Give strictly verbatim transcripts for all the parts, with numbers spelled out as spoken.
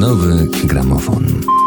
Nowy gramofon.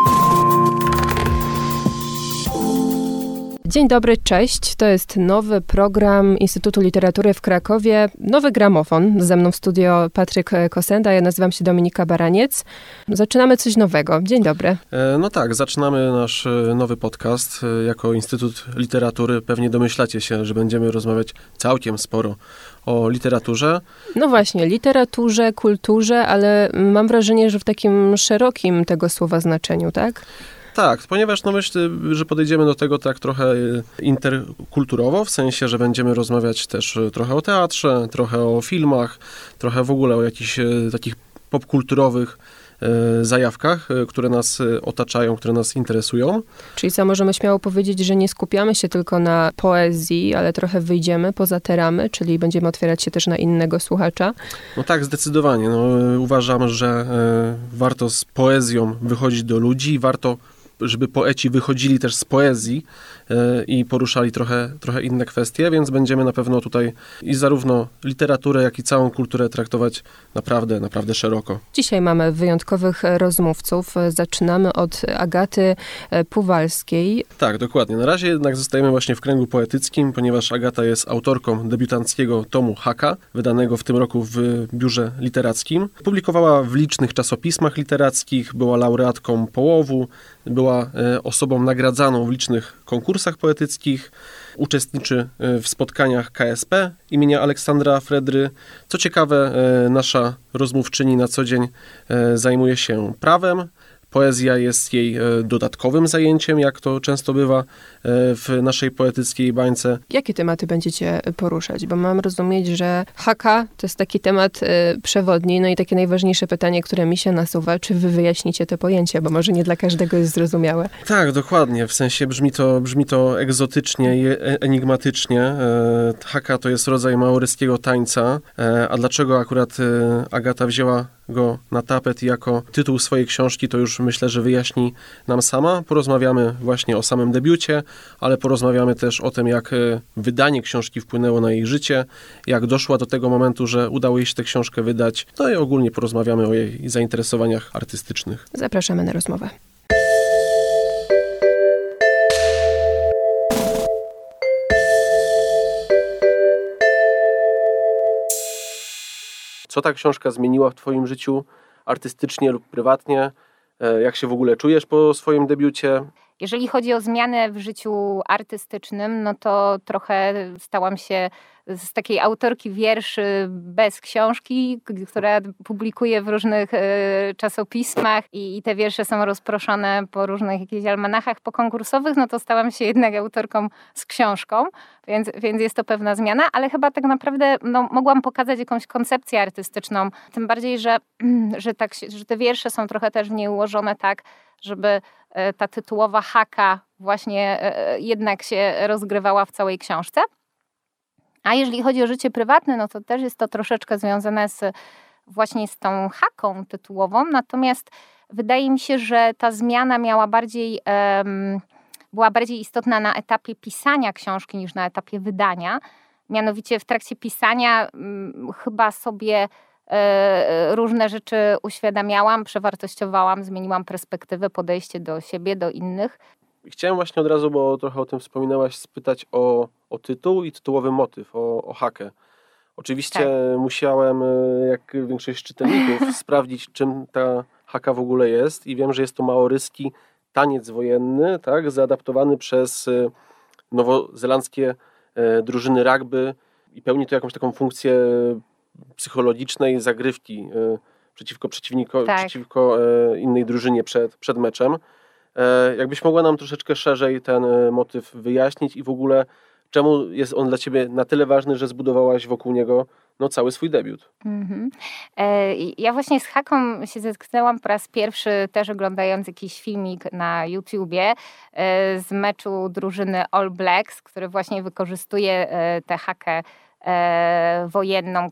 Dzień dobry, cześć. To jest nowy program Instytutu Literatury w Krakowie. Nowy gramofon. Ze mną w studio Patryk Kosenda, ja nazywam się Dominika Baraniec. Zaczynamy coś nowego. Dzień dobry. No tak, zaczynamy nasz nowy podcast. Jako Instytut Literatury pewnie domyślacie się, że będziemy rozmawiać całkiem sporo o literaturze. No właśnie, literaturze, kulturze, ale mam wrażenie, że w takim szerokim tego słowa znaczeniu, tak? Tak, ponieważ no myślę, że podejdziemy do tego tak trochę interkulturowo, w sensie, że będziemy rozmawiać też trochę o teatrze, trochę o filmach, trochę w ogóle o jakichś takich popkulturowych zajawkach, które nas otaczają, które nas interesują. Czyli co, możemy śmiało powiedzieć, że nie skupiamy się tylko na poezji, ale trochę wyjdziemy poza te ramy, czyli będziemy otwierać się też na innego słuchacza? No tak, zdecydowanie. No, uważam, że warto z poezją wychodzić do ludzi, warto żeby poeci wychodzili też z poezji yy, i poruszali trochę, trochę inne kwestie, więc będziemy na pewno tutaj i zarówno literaturę, jak i całą kulturę traktować naprawdę, naprawdę szeroko. Dzisiaj mamy wyjątkowych rozmówców. Zaczynamy od Agaty Puwalskiej. Tak, dokładnie. Na razie jednak zostajemy właśnie w kręgu poetyckim, ponieważ Agata jest autorką debiutanckiego tomu Haka, wydanego w tym roku w Biurze Literackim. Publikowała w licznych czasopismach literackich, była laureatką Połowu, była osobą nagradzaną w licznych konkursach poetyckich, uczestniczy w spotkaniach K S P imienia Aleksandra Fredry. Co ciekawe, nasza rozmówczyni na co dzień zajmuje się prawem. Poezja jest jej dodatkowym zajęciem, jak to często bywa w naszej poetyckiej bańce. Jakie tematy będziecie poruszać? Bo mam rozumieć, że haka to jest taki temat przewodni, no i takie najważniejsze pytanie, które mi się nasuwa, czy wy wyjaśnicie te pojęcia, bo może nie dla każdego jest zrozumiałe. Tak, dokładnie. W sensie brzmi to, brzmi to egzotycznie i enigmatycznie. Haka to jest rodzaj maoryskiego tańca. A dlaczego akurat Agata wzięła go na tapet jako tytuł swojej książki, to już myślę, że wyjaśni nam sama. Porozmawiamy właśnie o samym debiucie, ale porozmawiamy też o tym, jak wydanie książki wpłynęło na jej życie, jak doszła do tego momentu, że udało jej się tę książkę wydać. No i ogólnie porozmawiamy o jej zainteresowaniach artystycznych. Zapraszamy na rozmowę. Co ta książka zmieniła w twoim życiu artystycznie lub prywatnie? Jak się w ogóle czujesz po swoim debiucie? Jeżeli chodzi o zmianę w życiu artystycznym, no to trochę stałam się z takiej autorki wierszy bez książki, która publikuje w różnych y, czasopismach i, i te wiersze są rozproszone po różnych jakichś almanachach pokonkursowych, no to stałam się jednak autorką z książką, więc, więc jest to pewna zmiana, ale chyba tak naprawdę no, mogłam pokazać jakąś koncepcję artystyczną, tym bardziej, że, że, tak, że te wiersze są trochę też w niej ułożone tak, żeby ta tytułowa haka właśnie jednak się rozgrywała w całej książce. A jeżeli chodzi o życie prywatne, no to też jest to troszeczkę związane z właśnie z tą haką tytułową, natomiast wydaje mi się, że ta zmiana miała bardziej, um, była bardziej istotna na etapie pisania książki niż na etapie wydania. Mianowicie w trakcie pisania um, chyba sobie różne rzeczy uświadamiałam, przewartościowałam, zmieniłam perspektywę, podejście do siebie, do innych. Chciałem właśnie od razu, bo trochę o tym wspominałaś, spytać o, o tytuł i tytułowy motyw, o, o hakę. Oczywiście tak. Musiałem, jak większość czytelników, sprawdzić, czym ta haka w ogóle jest i wiem, że jest to maoryski taniec wojenny, tak, zaadaptowany przez nowozelandzkie drużyny rugby i pełni to jakąś taką funkcję psychologicznej zagrywki y, przeciwko, przeciwniko, tak. przeciwko y, innej drużynie przed, przed meczem. Y, jakbyś mogła nam troszeczkę szerzej ten y, motyw wyjaśnić i w ogóle czemu jest on dla ciebie na tyle ważny, że zbudowałaś wokół niego no, cały swój debiut? Mm-hmm. E, ja właśnie z haką się zetknęłam po raz pierwszy też oglądając jakiś filmik na YouTubie e, z meczu drużyny All Blacks, który właśnie wykorzystuje e, tę hakę E, wojenną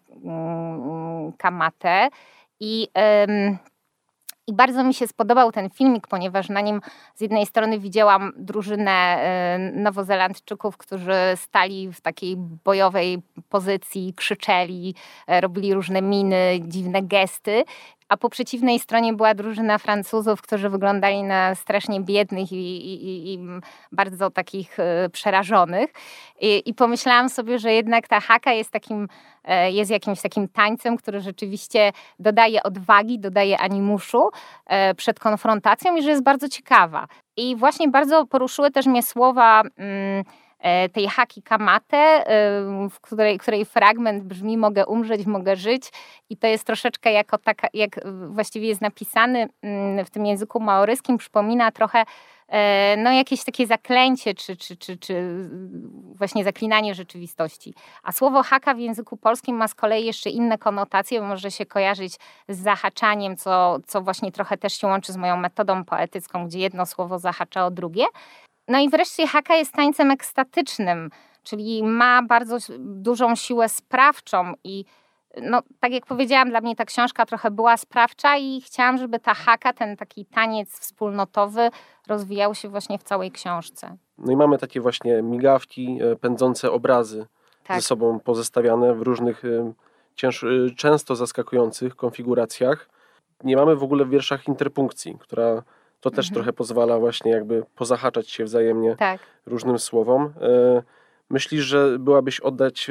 mm, kamatę i, ym, i bardzo mi się spodobał ten filmik, ponieważ na nim z jednej strony widziałam drużynę y, Nowozelandczyków, którzy stali w takiej bojowej pozycji, krzyczeli, e, robili różne miny, dziwne gesty a po przeciwnej stronie była drużyna Francuzów, którzy wyglądali na strasznie biednych i, i, i bardzo takich e, przerażonych. I, I pomyślałam sobie, że jednak ta haka jest takim, e, jest jakimś takim tańcem, który rzeczywiście dodaje odwagi, dodaje animuszu e, przed konfrontacją i że jest bardzo ciekawa. I właśnie bardzo poruszyły też mnie słowa mm, tej haki Kamate, w której, której fragment brzmi: mogę umrzeć, mogę żyć, i to jest troszeczkę jako taka, jak właściwie jest napisany w tym języku maoryskim, przypomina trochę no jakieś takie zaklęcie, czy, czy, czy, czy właśnie zaklinanie rzeczywistości. A słowo haka w języku polskim ma z kolei jeszcze inne konotacje, bo może się kojarzyć z zahaczaniem, co, co właśnie trochę też się łączy z moją metodą poetycką, gdzie jedno słowo zahacza o drugie. No i wreszcie haka jest tańcem ekstatycznym, czyli ma bardzo dużą siłę sprawczą i no, tak jak powiedziałam, dla mnie ta książka trochę była sprawcza i chciałam, żeby ta haka, ten taki taniec wspólnotowy rozwijał się właśnie w całej książce. No i mamy takie właśnie migawki, pędzące obrazy tak. ze sobą pozestawiane w różnych cięż, często zaskakujących konfiguracjach. Nie mamy w ogóle w wierszach interpunkcji, która to też mhm. trochę pozwala właśnie jakby pozahaczać się wzajemnie tak. różnym słowom. Myślisz, że byłabyś oddać,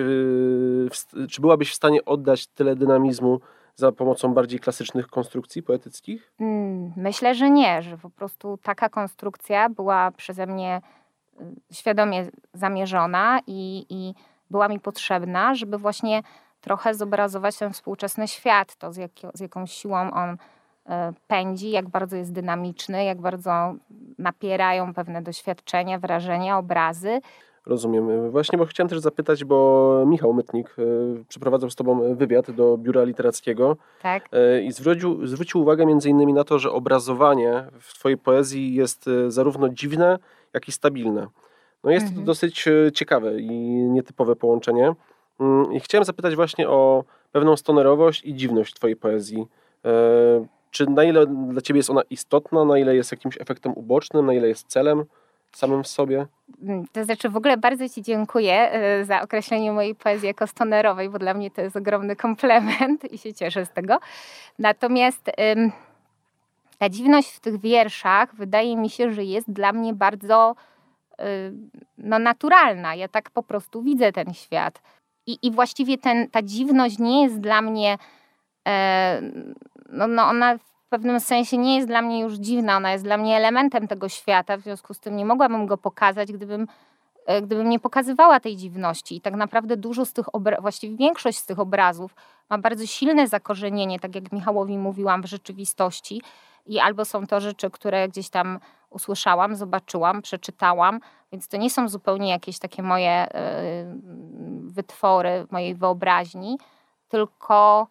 czy byłabyś w stanie oddać tyle dynamizmu za pomocą bardziej klasycznych konstrukcji poetyckich? Myślę, że nie, że po prostu taka konstrukcja była przeze mnie świadomie zamierzona i, i była mi potrzebna, żeby właśnie trochę zobrazować ten współczesny świat, to z, jak, z jaką siłą on pędzi, jak bardzo jest dynamiczny, jak bardzo napierają pewne doświadczenia, wrażenia, obrazy. Rozumiem. Właśnie, bo chciałem też zapytać, bo Michał Mytnik y, przeprowadzał z tobą wywiad do Biura Literackiego tak. y, i zwrócił, zwrócił uwagę między innymi na to, że obrazowanie w twojej poezji jest y, zarówno dziwne, jak i stabilne. No jest mhm. to dosyć y, ciekawe i nietypowe połączenie. Y, I chciałem zapytać właśnie o pewną stonerowość i dziwność twojej poezji. Y, czy na ile dla ciebie jest ona istotna, na ile jest jakimś efektem ubocznym, na ile jest celem samym w sobie? To znaczy w ogóle bardzo ci dziękuję za określenie mojej poezji jako stonerowej, bo dla mnie to jest ogromny komplement i się cieszę z tego. Natomiast ym, ta dziwność w tych wierszach wydaje mi się, że jest dla mnie bardzo y, no, naturalna. Ja tak po prostu widzę ten świat. I, i właściwie ten, ta dziwność nie jest dla mnie e, no, no ona w pewnym sensie nie jest dla mnie już dziwna, ona jest dla mnie elementem tego świata, w związku z tym nie mogłabym go pokazać, gdybym, gdybym nie pokazywała tej dziwności. I tak naprawdę dużo z tych obra- właściwie większość z tych obrazów ma bardzo silne zakorzenienie, tak jak Michałowi mówiłam, w rzeczywistości. I albo są to rzeczy, które gdzieś tam usłyszałam, zobaczyłam, przeczytałam, więc to nie są zupełnie jakieś takie moje yy, wytwory mojej wyobraźni, tylko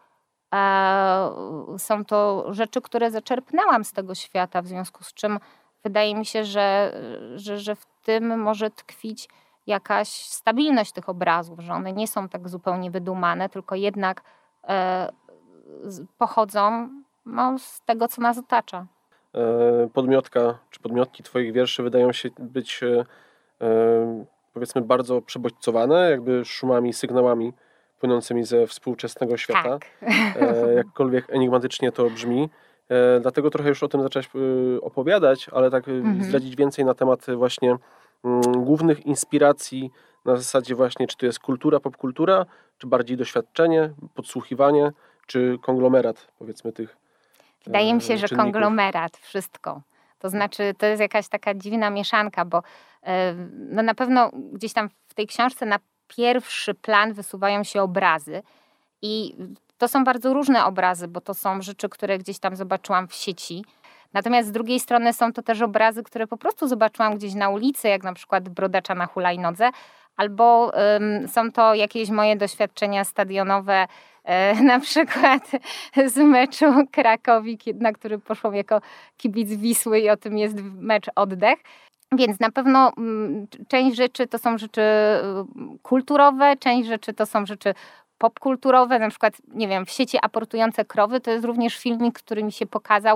są to rzeczy, które zaczerpnęłam z tego świata, w związku z czym wydaje mi się, że, że, że w tym może tkwić jakaś stabilność tych obrazów, że one nie są tak zupełnie wydumane, tylko jednak e, pochodzą no, z tego, co nas otacza. Podmiotka czy podmiotki twoich wierszy wydają się być e, powiedzmy bardzo przebodźcowane, jakby szumami, sygnałami płynącymi ze współczesnego świata, tak. e, jakkolwiek enigmatycznie to brzmi. E, dlatego trochę już o tym zaczęłaś e, opowiadać, ale tak mhm. zdradzić więcej na temat właśnie m, głównych inspiracji na zasadzie właśnie, czy to jest kultura, popkultura, czy bardziej doświadczenie, podsłuchiwanie, czy konglomerat, powiedzmy, tych Wydaje mi się, że czynników. Konglomerat, wszystko. To znaczy, to jest jakaś taka dziwna mieszanka, bo e, no na pewno gdzieś tam w tej książce na pierwszy plan wysuwają się obrazy i to są bardzo różne obrazy, bo to są rzeczy, które gdzieś tam zobaczyłam w sieci. Natomiast z drugiej strony są to też obrazy, które po prostu zobaczyłam gdzieś na ulicy, jak na przykład brodacza na hulajnodze, albo ym, są to jakieś moje doświadczenia stadionowe, yy, na przykład z meczu Krakowi, na który poszłam jako kibic Wisły i o tym jest mecz Oddech. Więc na pewno m, część rzeczy to są rzeczy kulturowe, część rzeczy to są rzeczy popkulturowe, na przykład, nie wiem, w sieci Aportujące krowy, to jest również filmik, który mi się pokazał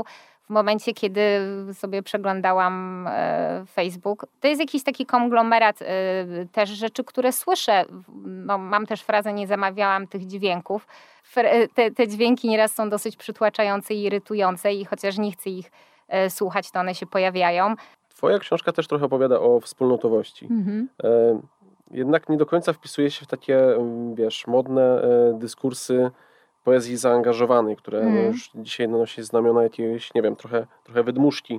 w momencie, kiedy sobie przeglądałam e, Facebook. To jest jakiś taki konglomerat e, też rzeczy, które słyszę. No, mam też frazę, nie zamawiałam tych dźwięków. Te, te dźwięki nieraz są dosyć przytłaczające i irytujące i chociaż nie chcę ich e, słuchać, to one się pojawiają. Twoja książka też trochę opowiada o wspólnotowości. Mhm. E, jednak nie do końca wpisuje się w takie, wiesz, modne e, dyskursy poezji zaangażowanej, które mm. no już dzisiaj nosi znamiona jakiejś, nie wiem, trochę, trochę wydmuszki.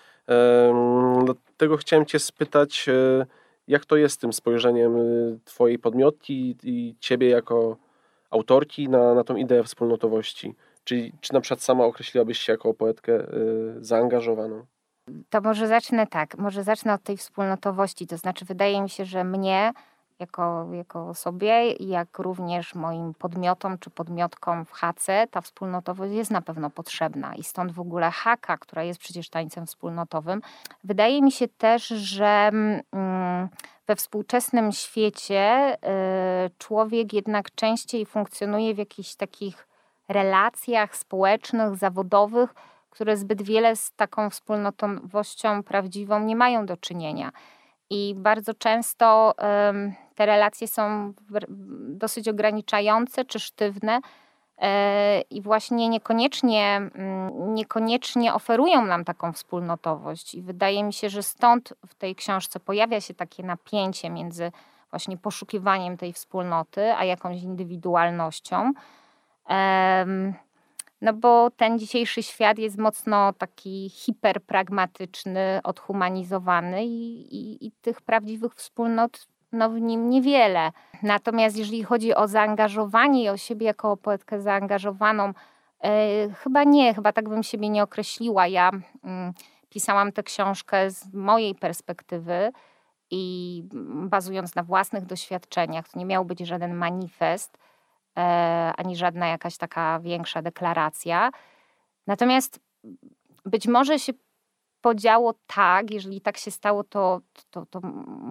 E, dlatego chciałem cię spytać, e, jak to jest z tym spojrzeniem twojej podmiotki i ciebie jako autorki na, na tą ideę wspólnotowości? Czy, czy na przykład sama określiłabyś się jako poetkę e, zaangażowaną? To może zacznę tak, może zacznę od tej wspólnotowości, to znaczy wydaje mi się, że mnie jako, jako osobie, jak również moim podmiotom czy podmiotkom w Hacce ta wspólnotowość jest na pewno potrzebna i stąd w ogóle Haka, która jest przecież tańcem wspólnotowym. Wydaje mi się też, że mm, we współczesnym świecie y, człowiek jednak częściej funkcjonuje w jakichś takich relacjach społecznych, zawodowych, które zbyt wiele z taką wspólnotowością prawdziwą nie mają do czynienia. I bardzo często um, te relacje są dosyć ograniczające czy sztywne e, i właśnie niekoniecznie, m, niekoniecznie oferują nam taką wspólnotowość. I wydaje mi się, że stąd w tej książce pojawia się takie napięcie między właśnie poszukiwaniem tej wspólnoty, a jakąś indywidualnością. E, No bo ten dzisiejszy świat jest mocno taki hiperpragmatyczny, odhumanizowany i, i, i tych prawdziwych wspólnot no, w nim niewiele. Natomiast jeżeli chodzi o zaangażowanie i o siebie jako o poetkę zaangażowaną, e, chyba nie, chyba tak bym siebie nie określiła. Ja mm, pisałam tę książkę z mojej perspektywy i bazując na własnych doświadczeniach, to nie miał być żaden manifest, ani żadna jakaś taka większa deklaracja. Natomiast być może się podziało tak, jeżeli tak się stało, to, to, to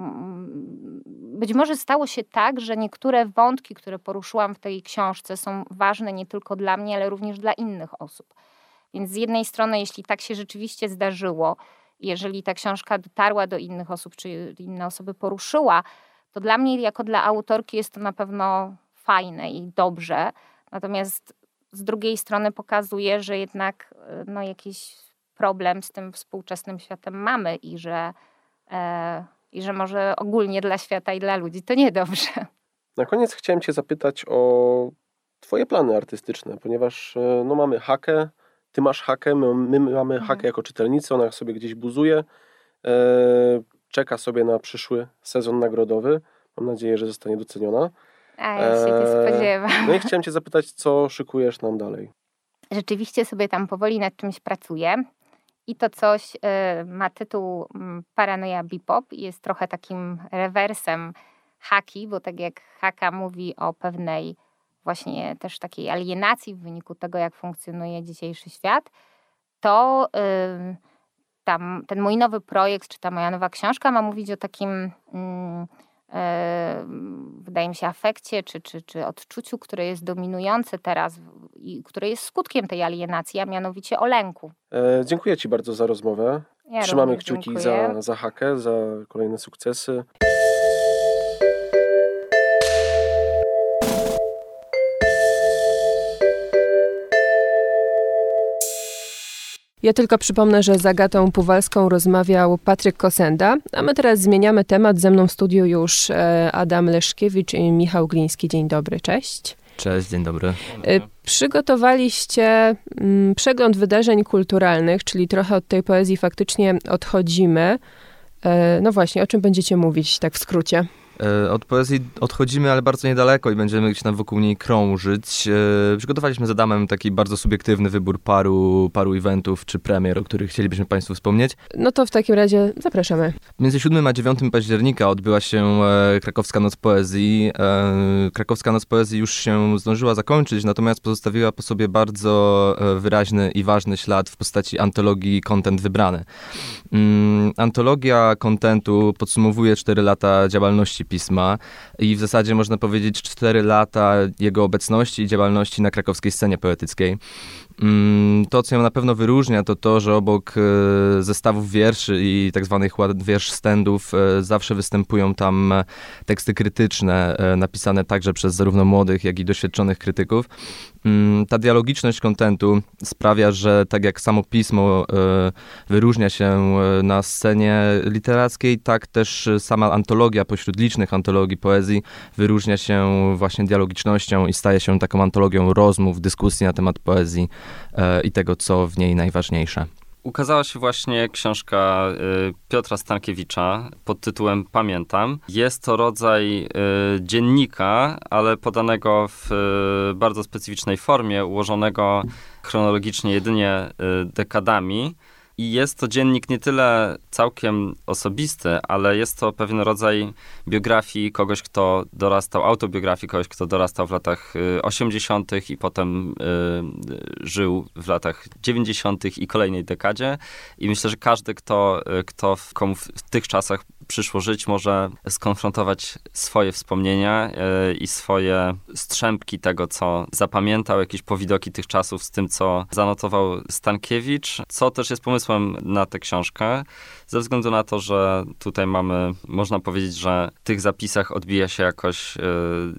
być może stało się tak, że niektóre wątki, które poruszyłam w tej książce są ważne nie tylko dla mnie, ale również dla innych osób. Więc z jednej strony, jeśli tak się rzeczywiście zdarzyło, jeżeli ta książka dotarła do innych osób, czy inne osoby poruszyła, to dla mnie jako dla autorki jest to na pewno fajne i dobrze, natomiast z drugiej strony pokazuje, że jednak no, jakiś problem z tym współczesnym światem mamy i że, e, i że może ogólnie dla świata i dla ludzi to niedobrze. Na koniec chciałem cię zapytać o twoje plany artystyczne, ponieważ no, mamy Hackę, ty masz Hackę, my, my mamy mhm. Hackę jako czytelnicy, ona sobie gdzieś buzuje, e, czeka sobie na przyszły sezon nagrodowy. Mam nadzieję, że zostanie doceniona. A ja się nie spodziewam. No i chciałem cię zapytać, co szykujesz nam dalej? Rzeczywiście sobie tam powoli nad czymś pracuję i to coś y, ma tytuł Paranoia Bebop i jest trochę takim rewersem Haki, bo tak jak Haka mówi o pewnej właśnie też takiej alienacji w wyniku tego, jak funkcjonuje dzisiejszy świat, to y, tam, ten mój nowy projekt, czy ta moja nowa książka ma mówić o takim... Y, wydaje mi się afekcie czy, czy, czy odczuciu, które jest dominujące teraz i które jest skutkiem tej alienacji, a mianowicie o lęku. E, dziękuję ci bardzo za rozmowę. Ja Trzymamy kciuki za, za Hackę, za kolejne sukcesy. Ja tylko przypomnę, że z Agatą Puwalską rozmawiał Patryk Kosenda, a my teraz zmieniamy temat. Ze mną w studiu już Adam Leszkiewicz i Michał Gliński. Dzień dobry, cześć. Cześć, dzień dobry. Przygotowaliście przegląd wydarzeń kulturalnych, czyli trochę od tej poezji faktycznie odchodzimy. No właśnie, o czym będziecie mówić tak w skrócie? Od poezji odchodzimy, ale bardzo niedaleko i będziemy gdzieś tam wokół niej krążyć. Przygotowaliśmy z Adamem taki bardzo subiektywny wybór paru, paru eventów czy premier, o których chcielibyśmy Państwu wspomnieć. No to w takim razie zapraszamy. Między siódmego a dziewiątego października odbyła się Krakowska Noc Poezji. Krakowska Noc Poezji już się zdążyła zakończyć, natomiast pozostawiła po sobie bardzo wyraźny i ważny ślad w postaci antologii Content Wybrany. Antologia kontentu podsumowuje cztery lata działalności pisma i w zasadzie można powiedzieć cztery lata jego obecności i działalności na krakowskiej scenie poetyckiej. To, co ją na pewno wyróżnia, to to, że obok zestawów wierszy i tak zwanych wiersz standów zawsze występują tam teksty krytyczne, napisane także przez zarówno młodych, jak i doświadczonych krytyków. Ta dialogiczność kontentu sprawia, że tak jak samo pismo wyróżnia się na scenie literackiej, tak też sama antologia pośród licznych antologii poezji wyróżnia się właśnie dialogicznością i staje się taką antologią rozmów, dyskusji na temat poezji i tego, co w niej najważniejsze. Ukazała się właśnie książka y, Piotra Stankiewicza pod tytułem Pamiętam. Jest to rodzaj y, dziennika, ale podanego w y, bardzo specyficznej formie, ułożonego chronologicznie jedynie y, dekadami. I jest to dziennik nie tyle całkiem osobisty, ale jest to pewien rodzaj biografii kogoś, kto dorastał, autobiografii kogoś, kto dorastał w latach osiemdziesiątych i potem y, żył w latach dziewięćdziesiątych i kolejnej dekadzie. I myślę, że każdy, kto, kto w, komu w tych czasach przyszło żyć, może skonfrontować swoje wspomnienia yy, i swoje strzępki tego, co zapamiętał, jakieś powidoki tych czasów z tym, co zanotował Stankiewicz, co też jest pomysłem na tę książkę, ze względu na to, że tutaj mamy, można powiedzieć, że w tych zapisach odbija się jakoś, yy,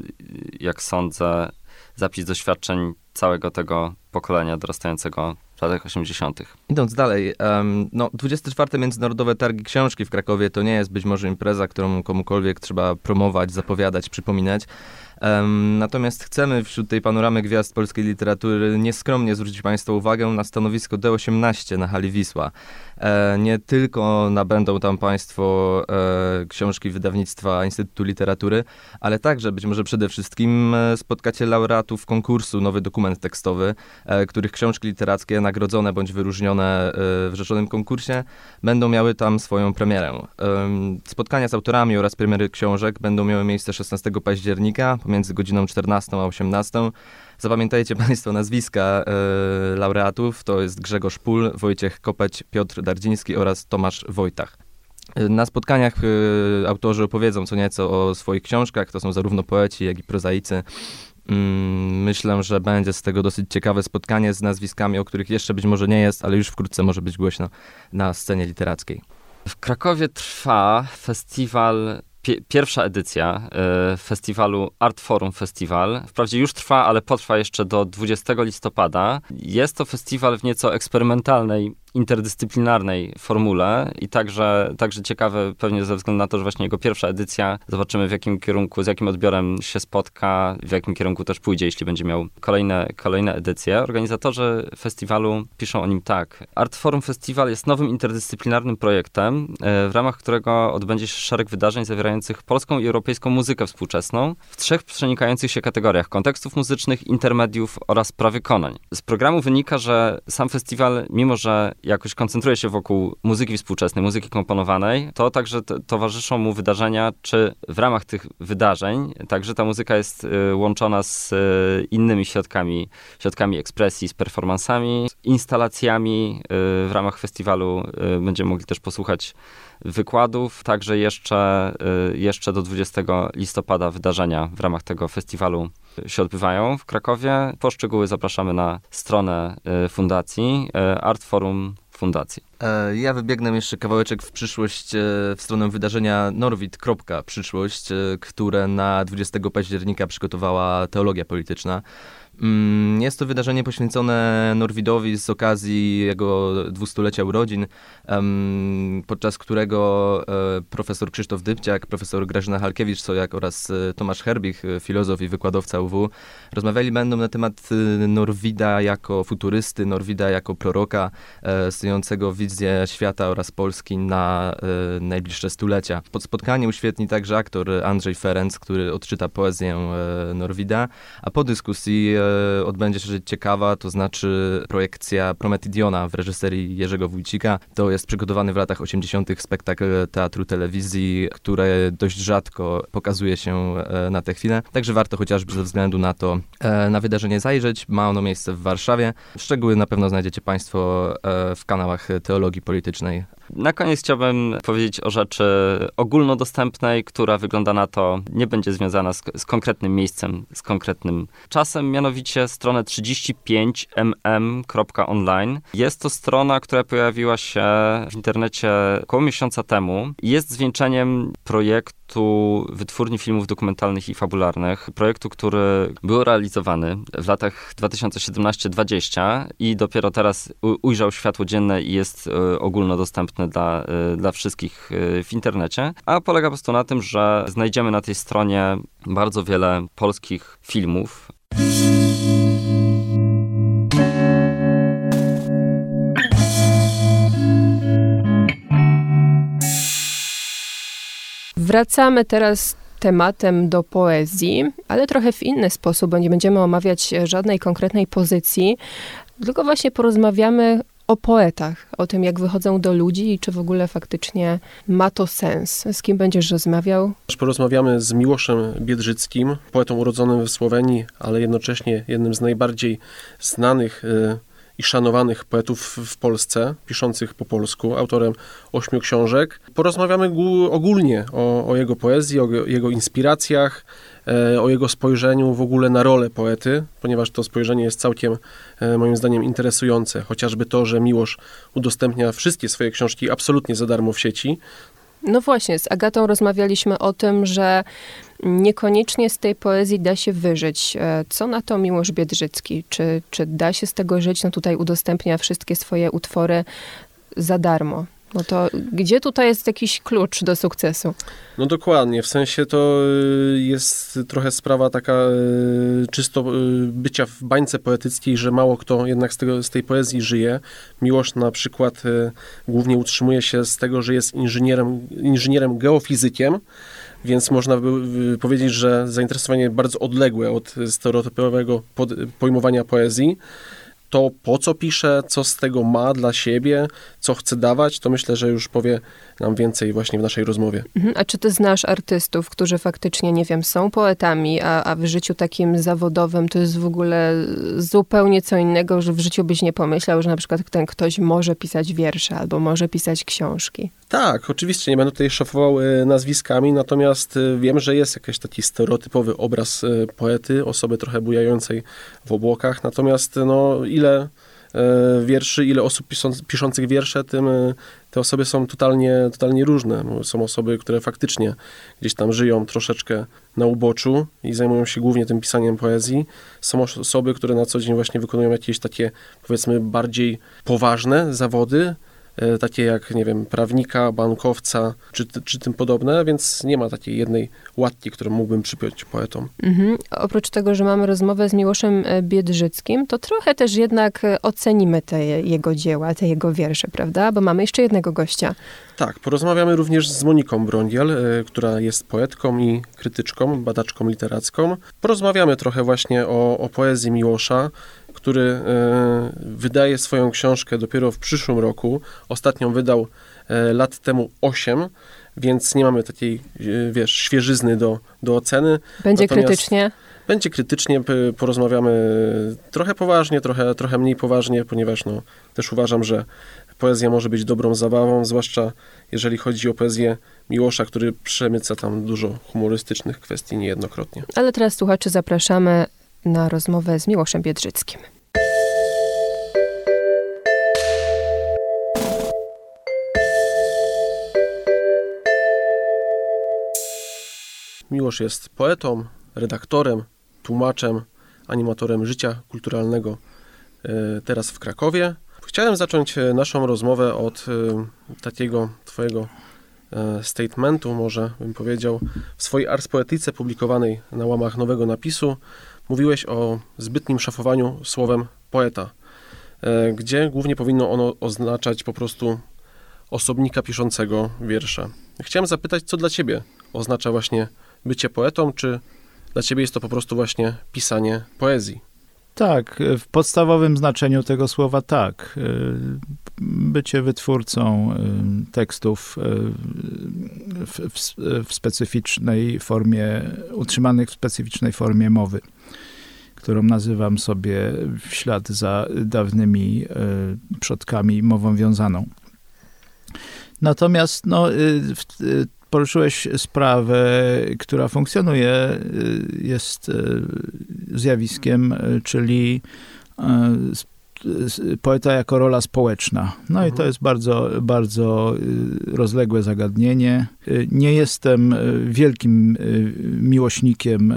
jak sądzę, zapis doświadczeń całego tego pokolenia dorastającego w latach osiemdziesiątych. Idąc dalej, um, no dwudzieste czwarte Międzynarodowe Targi Książki w Krakowie to nie jest być może impreza, którą komukolwiek trzeba promować, zapowiadać, przypominać. Um, natomiast chcemy wśród tej panoramy gwiazd polskiej literatury nieskromnie zwrócić Państwa uwagę na stanowisko D osiemnaście na hali Wisła. E, nie tylko nabędą tam Państwo e, książki wydawnictwa Instytutu Literatury, ale także być może przede wszystkim e, spotkacie laureatów konkursu Nowy Dokument Tekstowy, e, których książki literackie nagrodzone bądź wyróżnione e, w rzeczonym konkursie będą miały tam swoją premierę. E, spotkania z autorami oraz premiery książek będą miały miejsce szesnastego października pomiędzy godziną czternastą a osiemnastą. Zapamiętajcie Państwo nazwiska e, laureatów. To jest Grzegorz Pól, Wojciech Kopeć, Piotr Dardziński oraz Tomasz Wojtach. Na spotkaniach e, autorzy opowiedzą co nieco o swoich książkach. To są zarówno poeci, jak i prozaicy. Mm, myślę, że będzie z tego dosyć ciekawe spotkanie z nazwiskami, o których jeszcze być może nie jest, ale już wkrótce może być głośno na scenie literackiej. W Krakowie trwa festiwal Pierwsza edycja y, festiwalu Art Forum Festival. Wprawdzie już trwa, ale potrwa jeszcze do dwudziestego listopada. Jest to festiwal w nieco eksperymentalnej, interdyscyplinarnej formule i także, także ciekawe pewnie ze względu na to, że właśnie jego pierwsza edycja, zobaczymy w jakim kierunku, z jakim odbiorem się spotka, w jakim kierunku też pójdzie, jeśli będzie miał kolejne, kolejne edycje. Organizatorzy festiwalu piszą o nim tak. Art Forum Festival jest nowym interdyscyplinarnym projektem, w ramach którego odbędzie się szereg wydarzeń zawierających polską i europejską muzykę współczesną w trzech przenikających się kategoriach: kontekstów muzycznych, intermediów oraz prawykonań. Z programu wynika, że sam festiwal, mimo że jakoś koncentruje się wokół muzyki współczesnej, muzyki komponowanej, to także t- towarzyszą mu wydarzenia, czy w ramach tych wydarzeń także ta muzyka jest y, łączona z y, innymi środkami, środkami ekspresji, z performansami, z instalacjami. Y, w ramach festiwalu y, będziemy mogli też posłuchać wykładów. Także jeszcze, y, jeszcze do dwudziestego listopada wydarzenia w ramach tego festiwalu się odbywają w Krakowie. Po szczegóły zapraszamy na stronę y, fundacji y, Art Forum Fundacji. Ja wybiegnę jeszcze kawałeczek w przyszłość, w stronę wydarzenia Norwid. Przyszłość, które na dwudziestego października przygotowała Teologia Polityczna. Jest to wydarzenie poświęcone Norwidowi z okazji jego dwustulecia urodzin, podczas którego profesor Krzysztof Dybciak, profesor Grażyna Halkiewicz-Sojak oraz Tomasz Herbich, filozof i wykładowca U W, rozmawiali będą na temat Norwida jako futurysty, Norwida jako proroka, stojącego wizję świata oraz Polski na y, najbliższe stulecia. Pod spotkanie uświetni także aktor Andrzej Ferenc, który odczyta poezję y, Norwida, a po dyskusji y, odbędzie się rzecz ciekawa, to znaczy projekcja Prometidiona w reżyserii Jerzego Wójcika. To jest przygotowany w latach osiemdziesiątych spektakl teatru telewizji, które dość rzadko pokazuje się y, na tę chwilę. Także warto chociażby ze względu na to y, na wydarzenie zajrzeć. Ma ono miejsce w Warszawie. Szczegóły na pewno znajdziecie Państwo y, w kanałach Teologii Politycznej. Na koniec chciałbym powiedzieć o rzeczy ogólnodostępnej, która wygląda na to, nie będzie związana z, z konkretnym miejscem, z konkretnym czasem. Mianowicie mianowicie stronę trzydzieści pięć m m kropka online. Jest to strona, która pojawiła się w internecie około miesiąca temu. Jest zwieńczeniem projektu Wytwórni Filmów Dokumentalnych i Fabularnych. Projektu, który był realizowany w latach dwa tysiące siedemnaście dwadzieścia i dopiero teraz ujrzał światło dzienne i jest ogólnodostępny dla, dla wszystkich w internecie. A polega po prostu na tym, że znajdziemy na tej stronie bardzo wiele polskich filmów. Wracamy teraz tematem do poezji, ale trochę w inny sposób, bo nie będziemy omawiać żadnej konkretnej pozycji, tylko właśnie porozmawiamy o poetach, o tym, jak wychodzą do ludzi i czy w ogóle faktycznie ma to sens. Z kim będziesz rozmawiał? Porozmawiamy z Miłoszem Biedrzyckim, poetą urodzonym w Słowenii, ale jednocześnie jednym z najbardziej znanych y, i szanowanych poetów w Polsce, piszących po polsku, autorem ośmiu książek. Porozmawiamy ogólnie o, o jego poezji, o jego inspiracjach, e, o jego spojrzeniu w ogóle na rolę poety, ponieważ to spojrzenie jest całkiem, e, moim zdaniem, interesujące. Chociażby to, że Miłosz udostępnia wszystkie swoje książki absolutnie za darmo w sieci. No właśnie, z Agatą rozmawialiśmy o tym, że niekoniecznie z tej poezji da się wyżyć. Co na to Miłosz Biedrzycki? Czy, czy da się z tego żyć? No tutaj udostępnia wszystkie swoje utwory za darmo. No to gdzie tutaj jest jakiś klucz do sukcesu? No dokładnie, w sensie to jest trochę sprawa taka czysto bycia w bańce poetyckiej, że mało kto jednak z, tego, z tej poezji żyje. Miłosz na przykład głównie utrzymuje się z tego, że jest inżynierem, inżynierem geofizykiem, więc można by powiedzieć, że zainteresowanie bardzo odległe od stereotypowego pod, pojmowania poezji. To po co pisze, co z tego ma dla siebie, co chce dawać, to myślę, że już powie nam więcej właśnie w naszej rozmowie. A czy ty znasz artystów, którzy faktycznie, nie wiem, są poetami, a, a w życiu takim zawodowym to jest w ogóle zupełnie co innego, że w życiu byś nie pomyślał, że na przykład ten ktoś może pisać wiersze albo może pisać książki? Tak, oczywiście, nie będę tutaj szafował nazwiskami, natomiast wiem, że jest jakiś taki stereotypowy obraz poety, osoby trochę bujającej w obłokach, natomiast no ile wierszy, ile osób piszących wiersze, tym te osoby są totalnie, totalnie różne. Są osoby, które faktycznie gdzieś tam żyją troszeczkę na uboczu i zajmują się głównie tym pisaniem poezji. Są osoby, które na co dzień właśnie wykonują jakieś takie, powiedzmy, bardziej poważne zawody, takie jak, nie wiem, prawnika, bankowca, czy, czy tym podobne, więc nie ma takiej jednej łatki, którą mógłbym przypiąć poetom. Mhm. Oprócz tego, że mamy rozmowę z Miłoszem Biedrzyckim, to trochę też jednak ocenimy te jego dzieła, te jego wiersze, prawda? Bo mamy jeszcze jednego gościa. Tak, porozmawiamy również z Moniką Brągiel, która jest poetką i krytyczką, badaczką literacką. Porozmawiamy trochę właśnie o, o poezji Miłosza, który e, wydaje swoją książkę dopiero w przyszłym roku. Ostatnią wydał e, lat temu osiem, więc nie mamy takiej, e, wiesz, świeżyzny do, do oceny. Będzie Natomiast krytycznie? Będzie krytycznie, porozmawiamy trochę poważnie, trochę, trochę mniej poważnie, ponieważ no, też uważam, że poezja może być dobrą zabawą, zwłaszcza jeżeli chodzi o poezję Miłosza, który przemyca tam dużo humorystycznych kwestii niejednokrotnie. Ale teraz słuchaczy zapraszamy na rozmowę z Miłoszem Biedrzyckim. Miłosz jest poetą, redaktorem, tłumaczem, animatorem życia kulturalnego teraz w Krakowie. Chciałem zacząć naszą rozmowę od takiego twojego statementu, może bym powiedział, w swojej Ars Poetyce publikowanej na łamach Nowego Napisu. Mówiłeś o zbytnim szafowaniu słowem poeta, gdzie głównie powinno ono oznaczać po prostu osobnika piszącego wiersza. Chciałem zapytać, co dla ciebie oznacza właśnie bycie poetą, czy dla ciebie jest to po prostu właśnie pisanie poezji? Tak, w podstawowym znaczeniu tego słowa tak. Bycie wytwórcą tekstów w, w, w specyficznej formie, utrzymanych w specyficznej formie mowy, którą nazywam sobie w ślad za dawnymi przodkami mową wiązaną. Natomiast no, poruszyłeś sprawę, która funkcjonuje, jest zjawiskiem, czyli poeta jako rola społeczna. No mhm. i to jest bardzo, bardzo rozległe zagadnienie. Nie jestem wielkim miłośnikiem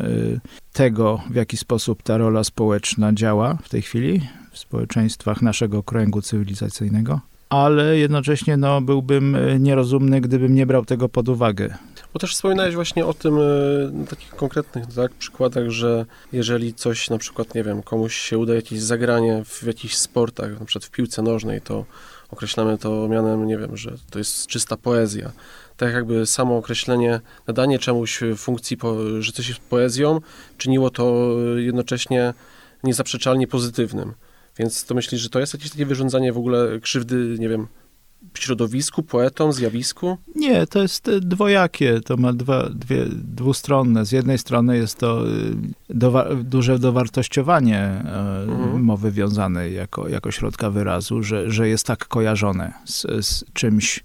tego, w jaki sposób ta rola społeczna działa w tej chwili w społeczeństwach naszego kręgu cywilizacyjnego, ale jednocześnie no, byłbym nierozumny, gdybym nie brał tego pod uwagę. Bo też wspominałeś właśnie o tym, na takich konkretnych tak, przykładach, że jeżeli coś na przykład, nie wiem, komuś się uda jakieś zagranie w jakichś sportach, na przykład w piłce nożnej, to określamy to mianem, nie wiem, że to jest czysta poezja. Tak jakby samo określenie, nadanie czemuś funkcji, że coś jest poezją, czyniło to jednocześnie niezaprzeczalnie pozytywnym. Więc to myślisz, że to jest jakieś takie wyrządzanie w ogóle krzywdy, nie wiem, środowisku, poetom, zjawisku? Nie, to jest dwojakie, to ma dwa, dwie, dwustronne. Z jednej strony jest to dowa, duże dowartościowanie mhm. mowy wiązanej jako, jako środka wyrazu, że, że jest tak kojarzone z, z czymś,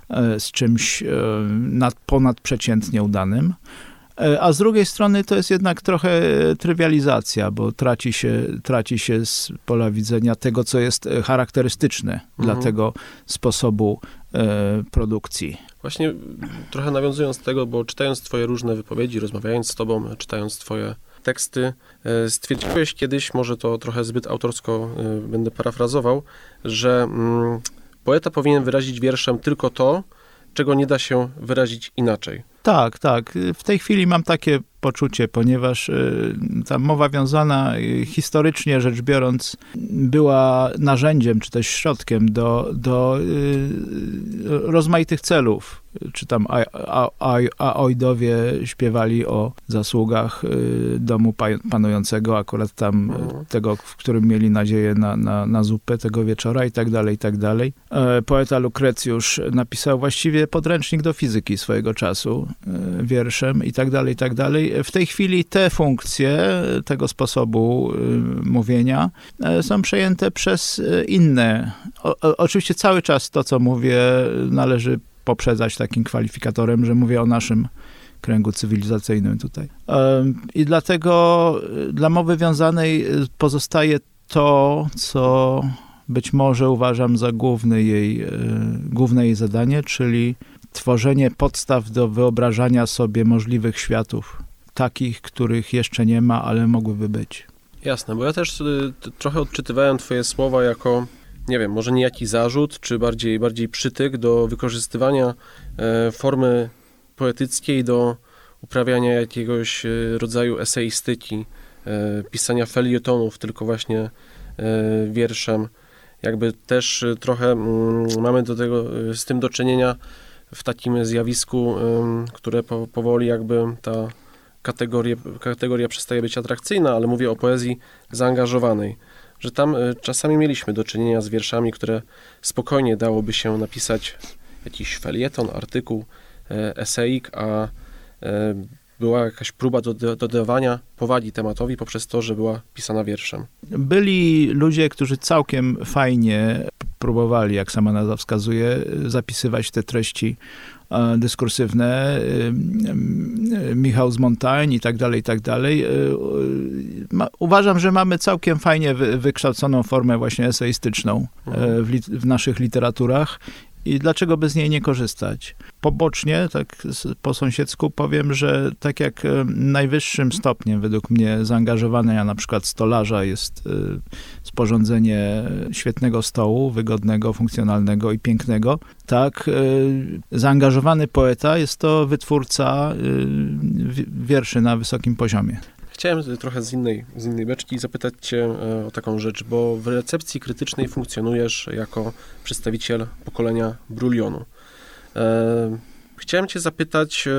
z czymś nad, ponadprzeciętnie udanym. A z drugiej strony to jest jednak trochę trywializacja, bo traci się, traci się z pola widzenia tego, co jest charakterystyczne mhm. dla tego sposobu e, produkcji. Właśnie trochę nawiązując do tego, bo czytając twoje różne wypowiedzi, rozmawiając z tobą, czytając twoje teksty, e, stwierdziłeś kiedyś, może to trochę zbyt autorsko e, będę parafrazował, że mm, poeta powinien wyrazić wierszem tylko to, czego nie da się wyrazić inaczej. Tak, tak. W tej chwili mam takie poczucie, ponieważ y, ta mowa wiązana y, historycznie rzecz biorąc była narzędziem, czy też środkiem do, do y, rozmaitych celów. Czy tam a, a, a, a ojdowie śpiewali o zasługach y, domu pa, panującego, akurat tam mhm. tego, w którym mieli nadzieję na, na, na zupę tego wieczora i tak dalej, i tak dalej. E, poeta Lukrecjusz napisał właściwie podręcznik do fizyki swojego czasu, y, wierszem i tak dalej, i tak dalej. W tej chwili te funkcje tego sposobu y, mówienia y, są przejęte przez y, inne. O, o, oczywiście cały czas to, co mówię, należy poprzedzać takim kwalifikatorem, że mówię o naszym kręgu cywilizacyjnym tutaj. I dlatego dla mowy wiązanej pozostaje to, co być może uważam za główny jej, główne jej zadanie, czyli tworzenie podstaw do wyobrażania sobie możliwych światów, takich, których jeszcze nie ma, ale mogłyby być. Jasne, bo ja też y, trochę odczytywałem twoje słowa jako nie wiem, może niejaki zarzut, czy bardziej, bardziej przytyk do wykorzystywania e, formy poetyckiej do uprawiania jakiegoś e, rodzaju eseistyki, e, pisania felietonów, tylko właśnie e, wierszem. Jakby też e, trochę m, mamy do tego, e, z tym do czynienia w takim zjawisku, e, które po, powoli jakby ta kategoria, kategoria przestaje być atrakcyjna, ale mówię o poezji zaangażowanej. Że tam y, czasami mieliśmy do czynienia z wierszami, które spokojnie dałoby się napisać jakiś felieton, artykuł, y, eseik, a y, była jakaś próba do, do, dodawania powagi tematowi poprzez to, że była pisana wierszem. Byli ludzie, którzy całkiem fajnie próbowali, jak sama nazwa wskazuje, zapisywać te treści dyskursywne, Michał z Montaigne i tak dalej, i tak dalej. Uważam, że mamy całkiem fajnie wykształconą formę właśnie eseistyczną w, li, w naszych literaturach i dlaczego by z niej nie korzystać? Pobocznie, tak po sąsiedzku powiem, że tak jak najwyższym stopniem według mnie zaangażowania na przykład stolarza jest sporządzenie świetnego stołu, wygodnego, funkcjonalnego i pięknego, tak zaangażowany poeta jest to wytwórca wierszy na wysokim poziomie. Chciałem trochę z innej, z innej beczki zapytać cię o taką rzecz, bo w recepcji krytycznej funkcjonujesz jako przedstawiciel pokolenia Brulionu. Chciałem cię zapytać,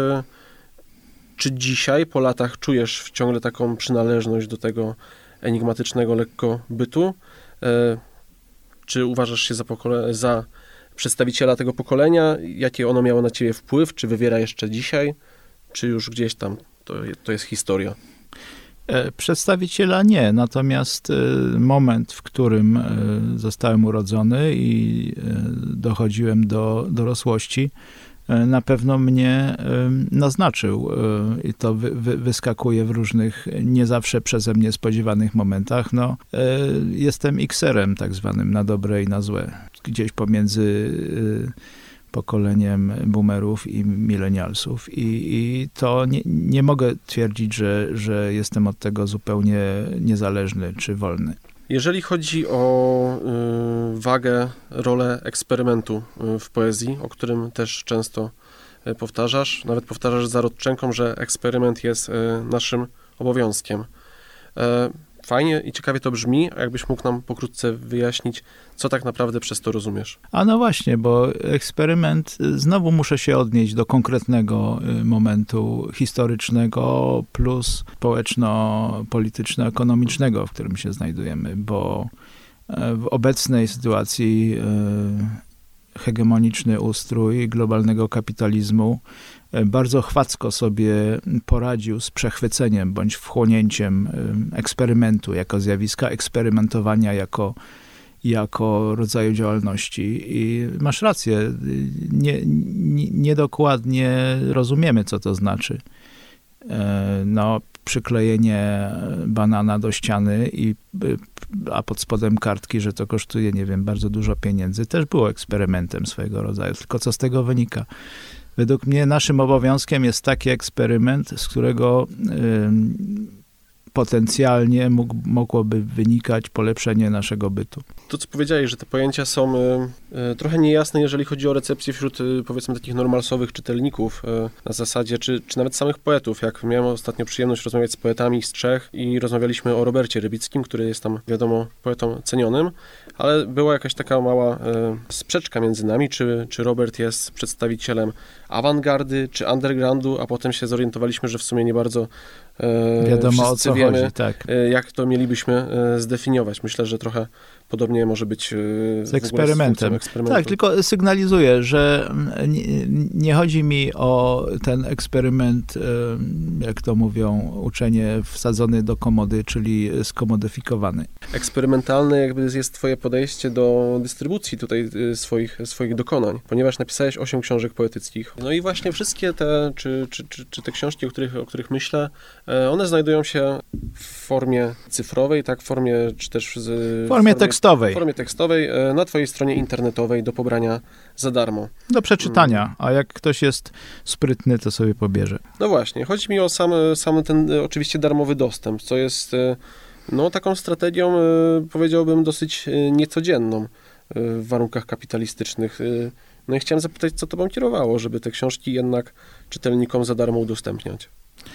czy dzisiaj po latach czujesz ciągle taką przynależność do tego enigmatycznego lekko bytu? Czy uważasz się za, pokole- za przedstawiciela tego pokolenia? Jaki ono miało na ciebie wpływ? Czy wywiera jeszcze dzisiaj? Czy już gdzieś tam to, to jest historia? Przedstawiciela nie, natomiast moment, w którym zostałem urodzony i dochodziłem do dorosłości, na pewno mnie naznaczył i to wy, wy, wyskakuje w różnych, nie zawsze przeze mnie spodziewanych momentach. No, jestem ikserem tak zwanym, na dobre i na złe. Gdzieś pomiędzy pokoleniem boomerów i milenialsów. I, i to nie, nie mogę twierdzić, że, że jestem od tego zupełnie niezależny czy wolny. Jeżeli chodzi o y, wagę, rolę eksperymentu y, w poezji, o którym też często y, powtarzasz, nawet powtarzasz za Rodczenką, że eksperyment jest y, naszym obowiązkiem. Y, Fajnie i ciekawie to brzmi, a jakbyś mógł nam pokrótce wyjaśnić, co tak naprawdę przez to rozumiesz. A no właśnie, bo eksperyment, znowu muszę się odnieść do konkretnego momentu historycznego plus społeczno-polityczno-ekonomicznego, w którym się znajdujemy, bo w obecnej sytuacji hegemoniczny ustrój globalnego kapitalizmu bardzo chwacko sobie poradził z przechwyceniem bądź wchłonięciem eksperymentu jako zjawiska, eksperymentowania jako, jako rodzaju działalności. I masz rację, nie, nie, niedokładnie rozumiemy, co to znaczy. No, przyklejenie banana do ściany, i, a pod spodem kartki, że to kosztuje, nie wiem, bardzo dużo pieniędzy, też było eksperymentem swojego rodzaju. Tylko co z tego wynika? Według mnie naszym obowiązkiem jest taki eksperyment, z którego y, potencjalnie mógł, mogłoby wynikać polepszenie naszego bytu. To, co powiedziałeś, że te pojęcia są y, y, trochę niejasne, jeżeli chodzi o recepcję wśród, y, powiedzmy, takich normalsowych czytelników, y, na zasadzie, czy, czy nawet samych poetów. Jak miałem ostatnio przyjemność rozmawiać z poetami z Czech i rozmawialiśmy o Robercie Rybickim, który jest tam, wiadomo, poetą cenionym, ale była jakaś taka mała y, sprzeczka między nami, czy, czy Robert jest przedstawicielem awangardy, czy undergroundu, a potem się zorientowaliśmy, że w sumie nie bardzo y, wiadomo, o co wiemy, chodzi, tak. y, jak to mielibyśmy y, zdefiniować. Myślę, że trochę podobnie może być y, z eksperymentem. Z eksperymentu. Tak, tylko sygnalizuję, że nie, nie chodzi mi o ten eksperyment, y, jak to mówią uczenie, wsadzony do komody, czyli skomodyfikowany. Eksperymentalne jakby jest twoje podejście do dystrybucji tutaj y, swoich, swoich dokonań, ponieważ napisałeś osiem książek poetyckich. No i właśnie wszystkie te, czy, czy, czy, czy te książki, o których, o których myślę, y, one znajdują się w formie cyfrowej, tak, w formie, czy też z, w formie tekstowej. W formie tekstowej na twojej stronie internetowej do pobrania za darmo. Do przeczytania, a jak ktoś jest sprytny, to sobie pobierze. No właśnie, chodzi mi o sam, sam ten oczywiście darmowy dostęp, co jest no taką strategią, powiedziałbym, dosyć niecodzienną w warunkach kapitalistycznych. No i chciałem zapytać, co tobą kierowało, żeby te książki jednak czytelnikom za darmo udostępniać?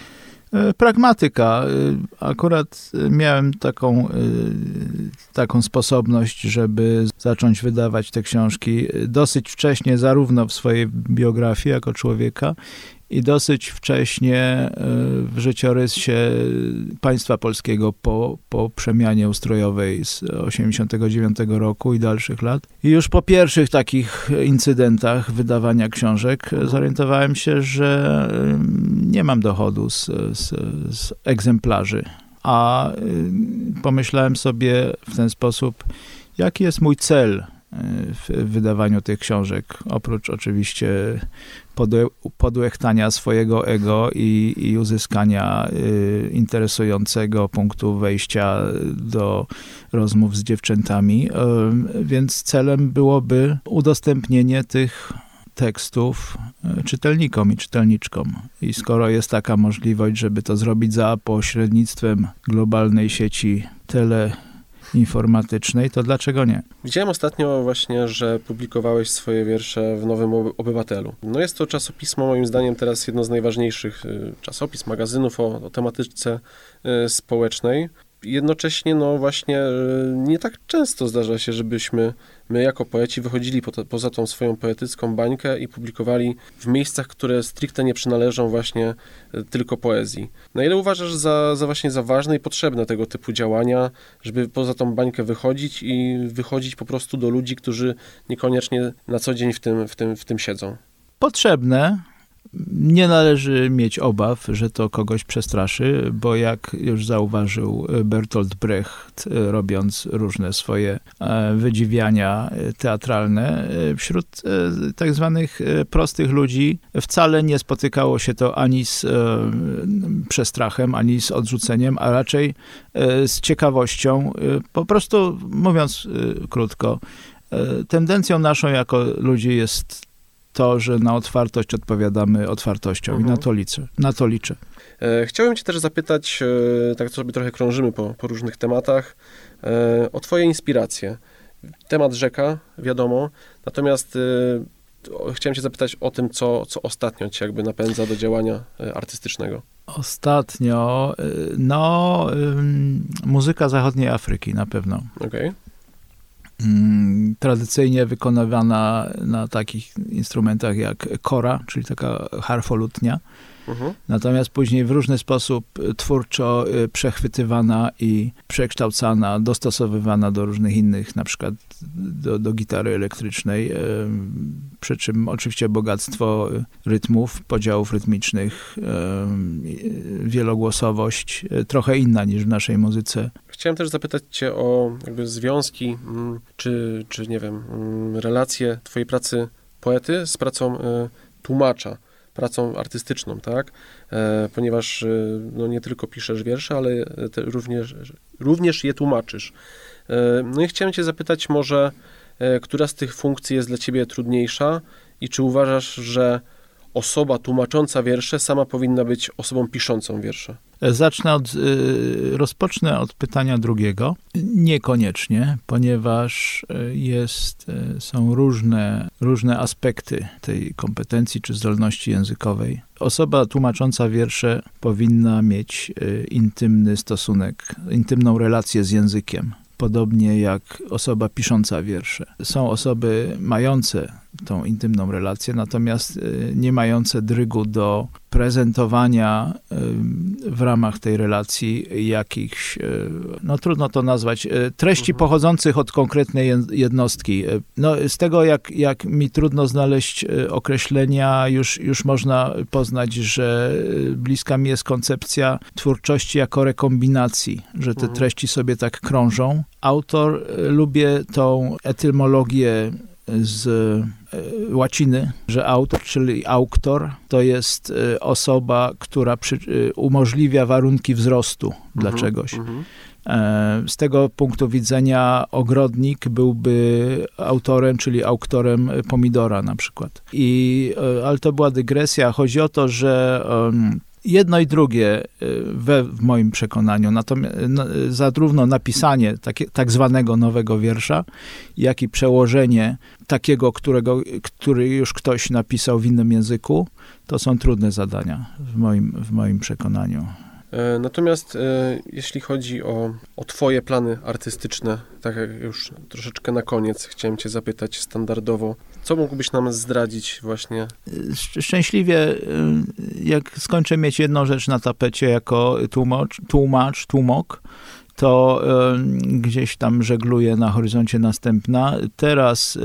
Pragmatyka. Akurat miałem taką, taką sposobność, żeby zacząć wydawać te książki dosyć wcześnie, zarówno w swojej biografii jako człowieka, i dosyć wcześnie w życiorysie państwa polskiego po, po przemianie ustrojowej z osiemdziesiątego dziewiątego roku i dalszych lat. I już po pierwszych takich incydentach wydawania książek zorientowałem się, że nie mam dochodu z, z, z egzemplarzy. A pomyślałem sobie w ten sposób, jaki jest mój cel w wydawaniu tych książek, oprócz oczywiście podłe, podłechtania swojego ego i, i uzyskania y, interesującego punktu wejścia do rozmów z dziewczętami. Y, więc celem byłoby udostępnienie tych tekstów czytelnikom i czytelniczkom. I skoro jest taka możliwość, żeby to zrobić za pośrednictwem globalnej sieci tele informatycznej, to dlaczego nie? Widziałem ostatnio właśnie, że publikowałeś swoje wiersze w Nowym Obywatelu. No jest to czasopismo, moim zdaniem, teraz jedno z najważniejszych czasopism, magazynów o, o tematyce społecznej. Jednocześnie, no właśnie, nie tak często zdarza się, żebyśmy my jako poeci wychodzili po to, poza tą swoją poetycką bańkę i publikowali w miejscach, które stricte nie przynależą właśnie tylko poezji. Na ile uważasz za, za właśnie za ważne i potrzebne tego typu działania, żeby poza tą bańkę wychodzić i wychodzić po prostu do ludzi, którzy niekoniecznie na co dzień w tym, w tym, w tym siedzą? Potrzebne, Nie należy mieć obaw, że to kogoś przestraszy, bo jak już zauważył Bertolt Brecht, robiąc różne swoje wydziwiania teatralne, wśród tak zwanych prostych ludzi wcale nie spotykało się to ani z przestrachem, ani z odrzuceniem, a raczej z ciekawością. Po prostu, mówiąc krótko, tendencją naszą jako ludzi jest to, że na otwartość odpowiadamy otwartością mhm. i na to liczę. Na to liczę. E, chciałbym cię też zapytać, e, tak sobie trochę krążymy po, po różnych tematach, e, o twoje inspiracje. Temat rzeka, wiadomo, natomiast e, o, chciałem cię zapytać o tym, co, co ostatnio cię jakby napędza do działania e, artystycznego. Ostatnio, no, y, muzyka zachodniej Afryki na pewno. Okej. Okay. Tradycyjnie wykonywana na takich instrumentach jak kora, czyli taka harfolutnia. Mhm. Natomiast później w różny sposób twórczo przechwytywana i przekształcana, dostosowywana do różnych innych, na przykład do, do gitary elektrycznej. Przy czym oczywiście bogactwo rytmów, podziałów rytmicznych, wielogłosowość, trochę inna niż w naszej muzyce. Chciałem też zapytać cię o jakby związki, czy, czy nie wiem, relacje twojej pracy poety z pracą tłumacza, pracą artystyczną, tak? E, ponieważ no, nie tylko piszesz wiersze, ale te również, również je tłumaczysz. E, no i chciałem cię zapytać może, e, która z tych funkcji jest dla ciebie trudniejsza i czy uważasz, że osoba tłumacząca wiersze sama powinna być osobą piszącą wiersze? Zacznę od, rozpocznę od pytania drugiego. Niekoniecznie, ponieważ jest, są różne, różne aspekty tej kompetencji czy zdolności językowej. Osoba tłumacząca wiersze powinna mieć intymny stosunek, intymną relację z językiem. Podobnie jak osoba pisząca wiersze. Są osoby mające tą intymną relację, natomiast nie mające drygu do prezentowania w ramach tej relacji jakichś, no trudno to nazwać, treści mhm. pochodzących od konkretnej jednostki. No, z tego, jak, jak mi trudno znaleźć określenia, już, już można poznać, że bliska mi jest koncepcja twórczości jako rekombinacji, że te treści sobie tak krążą. Autor, lubię tą etymologię z łaciny, że autor, czyli auctor, to jest osoba, która przy, umożliwia warunki wzrostu dla mm-hmm, czegoś. Mm-hmm. Z tego punktu widzenia ogrodnik byłby autorem, czyli auktorem pomidora na przykład. I, ale to była dygresja. Chodzi o to, że um, jedno i drugie we, w moim przekonaniu, natomiast zarówno napisanie takie, tak zwanego nowego wiersza, jak i przełożenie takiego, którego, który już ktoś napisał w innym języku, to są trudne zadania w moim, w moim przekonaniu. Natomiast e, jeśli chodzi o, o twoje plany artystyczne, tak jak już troszeczkę na koniec chciałem cię zapytać standardowo, co mógłbyś nam zdradzić właśnie? Szczęśliwie, jak skończę mieć jedną rzecz na tapecie jako tłumacz, tłumacz tłumok, to y, gdzieś tam żegluję na horyzoncie następna. Teraz y,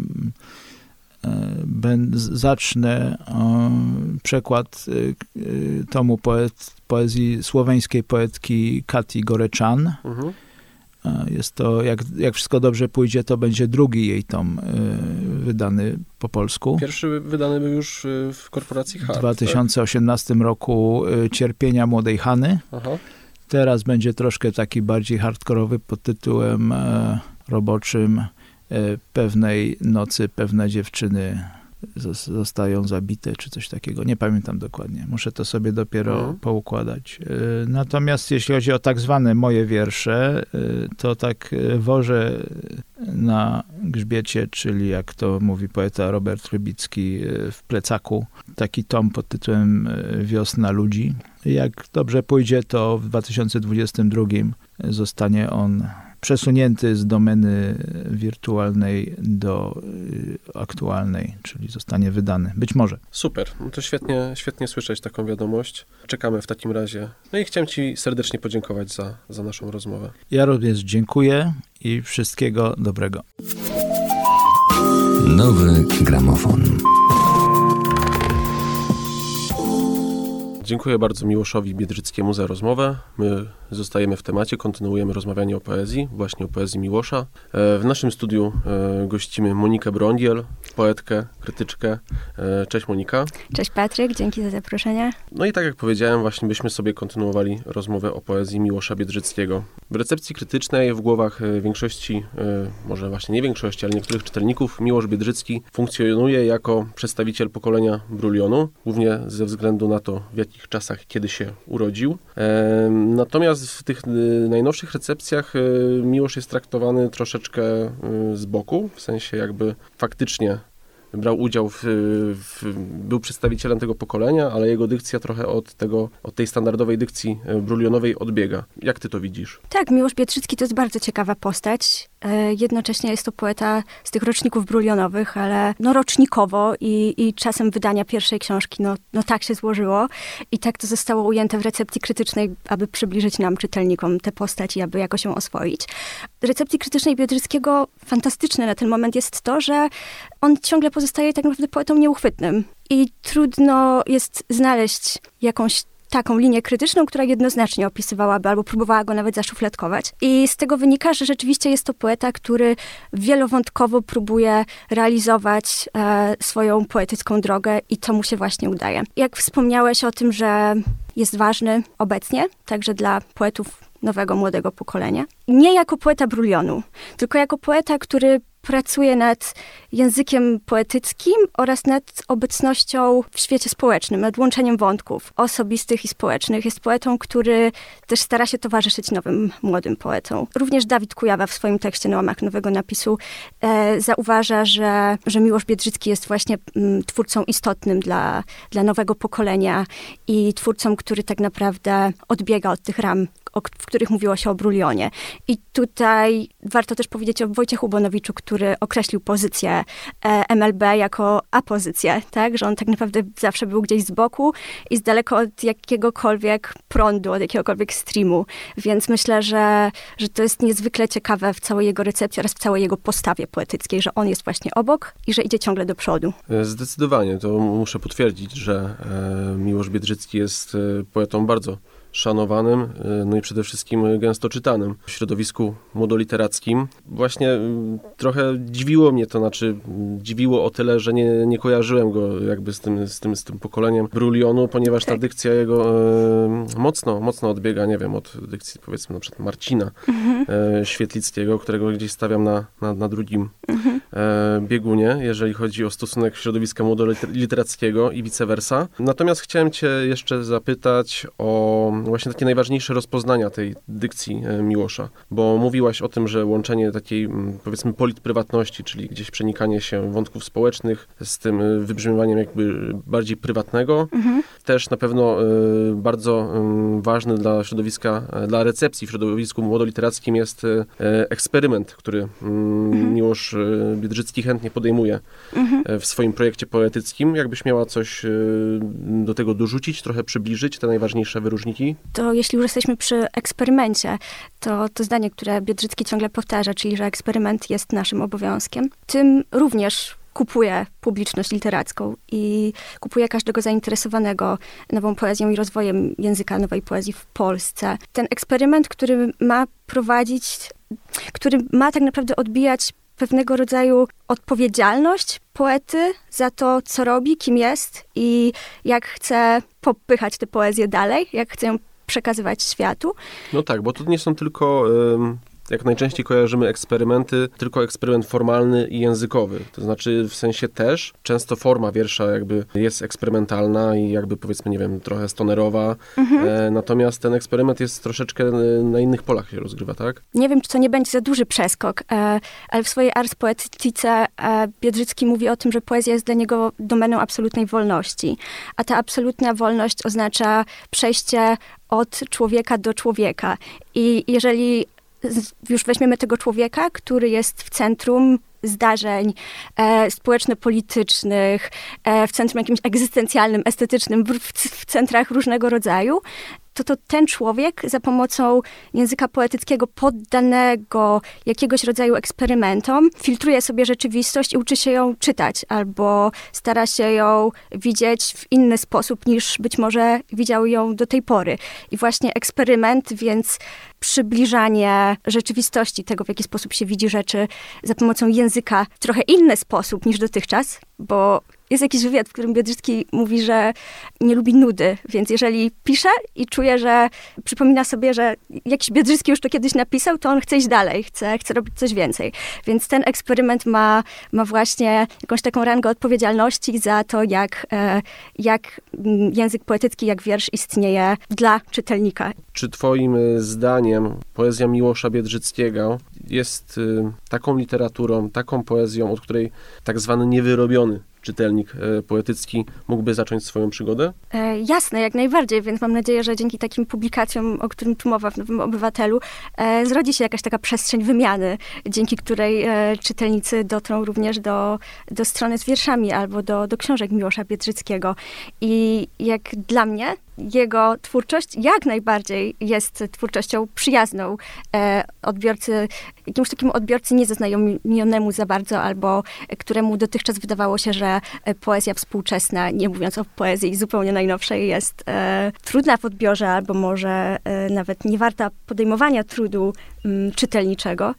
y, ben, zacznę y, przekład y, y, tomu poet, poezji słoweńskiej poetki Kati Goreczan. Mhm. Jest to, jak, jak wszystko dobrze pójdzie, to będzie drugi jej tom y, wydany po polsku. Pierwszy wydany był już w korporacji Hart. W dwa tysiące osiemnastym tak? roku y, Cierpienia młodej Hany. Aha. Teraz będzie troszkę taki bardziej hardkorowy pod tytułem y, roboczym y, Pewnej nocy pewne dziewczyny zostają zabite, czy coś takiego. Nie pamiętam dokładnie. Muszę to sobie dopiero mhm. poukładać. Natomiast jeśli chodzi o tak zwane moje wiersze, to tak wożę na grzbiecie, czyli jak to mówi poeta Robert Rybicki, w plecaku, taki tom pod tytułem Wiosna ludzi. Jak dobrze pójdzie, to w dwa tysiące dwudziestym drugim zostanie on przesunięty z domeny wirtualnej do y, aktualnej, czyli zostanie wydany. Być może. Super. No to świetnie, świetnie słyszeć taką wiadomość. Czekamy w takim razie. No i chciałem ci serdecznie podziękować za, za naszą rozmowę. Ja również dziękuję i wszystkiego dobrego. Nowy gramofon. Dziękuję bardzo Miłoszowi Biedrzyckiemu za rozmowę. My zostajemy w temacie, kontynuujemy rozmawianie o poezji, właśnie o poezji Miłosza. W naszym studiu gościmy Monikę Brondiel, poetkę, krytyczkę. Cześć Monika. Cześć Patryk, dzięki za zaproszenie. No i tak jak powiedziałem, właśnie byśmy sobie kontynuowali rozmowę o poezji Miłosza Biedrzyckiego. W recepcji krytycznej w głowach większości, może właśnie nie większości, ale niektórych czytelników Miłosz Biedrzycki funkcjonuje jako przedstawiciel pokolenia Brulionu, głównie ze względu na to, w jakich czasach, kiedy się urodził. Natomiast w tych najnowszych recepcjach Miłosz jest traktowany troszeczkę z boku, w sensie jakby faktycznie brał udział, w, w, był przedstawicielem tego pokolenia, ale jego dykcja trochę od tego, od tej standardowej dykcji brulionowej odbiega. Jak ty to widzisz? Tak, Miłosz Biedrzycki to jest bardzo ciekawa postać. E, jednocześnie jest to poeta z tych roczników brulionowych, ale no rocznikowo i, i czasem wydania pierwszej książki, no, no tak się złożyło. I tak to zostało ujęte w recepcji krytycznej, aby przybliżyć nam, czytelnikom, tę postać i aby jakoś ją oswoić. W recepcji krytycznej Biedrzyckiego fantastyczne na ten moment jest to, że on ciągle pozostaje tak naprawdę poetą nieuchwytnym. I trudno jest znaleźć jakąś taką linię krytyczną, która jednoznacznie opisywałaby albo próbowała go nawet zaszufladkować. I z tego wynika, że rzeczywiście jest to poeta, który wielowątkowo próbuje realizować e, swoją poetycką drogę i to mu się właśnie udaje. Jak wspomniałeś o tym, że jest ważny obecnie, także dla poetów nowego, młodego pokolenia. Nie jako poeta brulionu, tylko jako poeta, który pracuje nad językiem poetyckim oraz nad obecnością w świecie społecznym, nad łączeniem wątków osobistych i społecznych. Jest poetą, który też stara się towarzyszyć nowym, młodym poetom. Również Dawid Kujawa w swoim tekście na łamach Nowego Napisu e, zauważa, że, że Miłosz Biedrzycki jest właśnie m, twórcą istotnym dla, dla nowego pokolenia i twórcą, który tak naprawdę odbiega od tych ram, o, w których mówiło się o brulionie. I tutaj warto też powiedzieć o Wojciechu Bonowiczu, który określił pozycję M L B jako apozycję, tak? Że on tak naprawdę zawsze był gdzieś z boku i z daleko od jakiegokolwiek prądu, od jakiegokolwiek streamu. Więc myślę, że, że to jest niezwykle ciekawe w całej jego recepcji oraz w całej jego postawie poetyckiej, że on jest właśnie obok i że idzie ciągle do przodu. Zdecydowanie, to muszę potwierdzić, że Miłosz Biedrzycki jest poetą bardzo szanowanym, no i przede wszystkim gęsto czytanym w środowisku młodoliterackim. Właśnie trochę dziwiło mnie to, znaczy dziwiło o tyle, że nie, nie kojarzyłem go jakby z tym, z tym, z tym pokoleniem brulionu, ponieważ ta dykcja jego e, mocno, mocno odbiega, nie wiem, od dykcji powiedzmy na przykład Marcina mhm. e, Świetlickiego, którego gdzieś stawiam na, na, na drugim mhm. e, biegunie, jeżeli chodzi o stosunek środowiska młodoliterackiego i vice versa. Natomiast chciałem cię jeszcze zapytać o właśnie takie najważniejsze rozpoznania tej dykcji Miłosza, bo mówiłaś o tym, że łączenie takiej, powiedzmy, politprywatności, czyli gdzieś przenikanie się wątków społecznych z tym wybrzmiewaniem jakby bardziej prywatnego, mhm. też na pewno y, bardzo y, ważny dla środowiska, dla recepcji w środowisku młodoliterackim jest y, eksperyment, który y, mhm. Miłosz y, Biedrzycki chętnie podejmuje mhm. y, w swoim projekcie poetyckim. Jakbyś miała coś y, do tego dorzucić, trochę przybliżyć te najważniejsze wyróżniki? To jeśli już jesteśmy przy eksperymencie, to to zdanie, które Biedrzycki ciągle powtarza, czyli że eksperyment jest naszym obowiązkiem, tym również kupuje publiczność literacką i kupuje każdego zainteresowanego nową poezją i rozwojem języka nowej poezji w Polsce. Ten eksperyment, który ma prowadzić, który ma tak naprawdę odbijać pewnego rodzaju odpowiedzialność poety za to, co robi, kim jest i jak chce popychać tę poezję dalej, jak chce ją przekazywać światu. No tak, bo to nie są tylko, jak najczęściej kojarzymy eksperymenty, tylko eksperyment formalny i językowy. To znaczy w sensie też często forma wiersza jakby jest eksperymentalna i jakby powiedzmy, nie wiem, trochę stonerowa. Mhm. E, natomiast ten eksperyment jest troszeczkę na innych polach się rozgrywa, tak? Nie wiem, czy to nie będzie za duży przeskok, e, ale w swojej Ars Poetice e, Biedrzycki mówi o tym, że poezja jest dla niego domeną absolutnej wolności. A ta absolutna wolność oznacza przejście od człowieka do człowieka. I jeżeli już weźmiemy tego człowieka, który jest w centrum zdarzeń e, społeczno-politycznych, e, w centrum jakimś egzystencjalnym, estetycznym, w, w centrach różnego rodzaju to to ten człowiek za pomocą języka poetyckiego poddanego jakiegoś rodzaju eksperymentom filtruje sobie rzeczywistość i uczy się ją czytać, albo stara się ją widzieć w inny sposób niż być może widział ją do tej pory. I właśnie eksperyment, więc przybliżanie rzeczywistości, tego w jaki sposób się widzi rzeczy za pomocą języka w trochę inny sposób niż dotychczas, bo jest jakiś wywiad, w którym Biedrzycki mówi, że nie lubi nudy, więc jeżeli pisze i czuje, że przypomina sobie, że jakiś Biedrzycki już to kiedyś napisał, to on chce iść dalej, chce, chce robić coś więcej. Więc ten eksperyment ma, ma właśnie jakąś taką rangę odpowiedzialności za to, jak, jak język poetycki, jak wiersz istnieje dla czytelnika. Czy twoim zdaniem poezja Miłosza Biedrzyckiego jest taką literaturą, taką poezją, od której tak zwany niewyrobiony czytelnik e, poetycki mógłby zacząć swoją przygodę? E, jasne, jak najbardziej, więc mam nadzieję, że dzięki takim publikacjom, o którym tu mowa w Nowym Obywatelu, e, zrodzi się jakaś taka przestrzeń wymiany, dzięki której e, czytelnicy dotrą również do, do strony z wierszami albo do, do książek Miłosza Biedrzyckiego. I jak dla mnie jego twórczość jak najbardziej jest twórczością przyjazną e, odbiorcy, jakimś takim odbiorcy niezaznajomionemu za bardzo, albo któremu dotychczas wydawało się, że poezja współczesna, nie mówiąc o poezji zupełnie najnowszej, jest e, trudna w odbiorze, albo może e, nawet nie warta podejmowania trudu m, czytelniczego.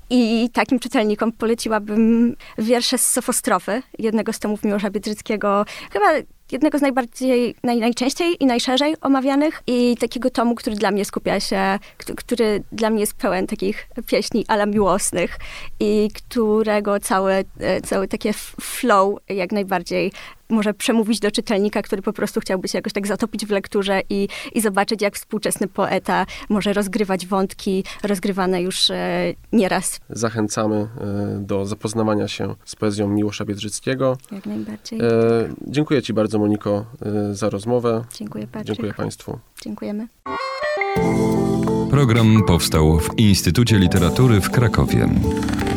I takim czytelnikom poleciłabym wiersze z Sofostrofy, jednego z tomów Miłosza Biedrzyckiego, chyba jednego z najbardziej, naj, najczęściej i najszerzej omawianych i takiego tomu, który dla mnie skupia się, który dla mnie jest pełen takich pieśni ala miłosnych i którego całe, całe takie flow jak najbardziej może przemówić do czytelnika, który po prostu chciałby się jakoś tak zatopić w lekturze i, i zobaczyć, jak współczesny poeta może rozgrywać wątki rozgrywane już e, nieraz. Zachęcamy e, do zapoznawania się z poezją Miłosza Biedrzyckiego. Jak najbardziej. E, dziękuję ci bardzo, Moniko, e, za rozmowę. Dziękuję bardzo. Dziękuję państwu. Dziękujemy. Program powstał w Instytucie Literatury w Krakowie.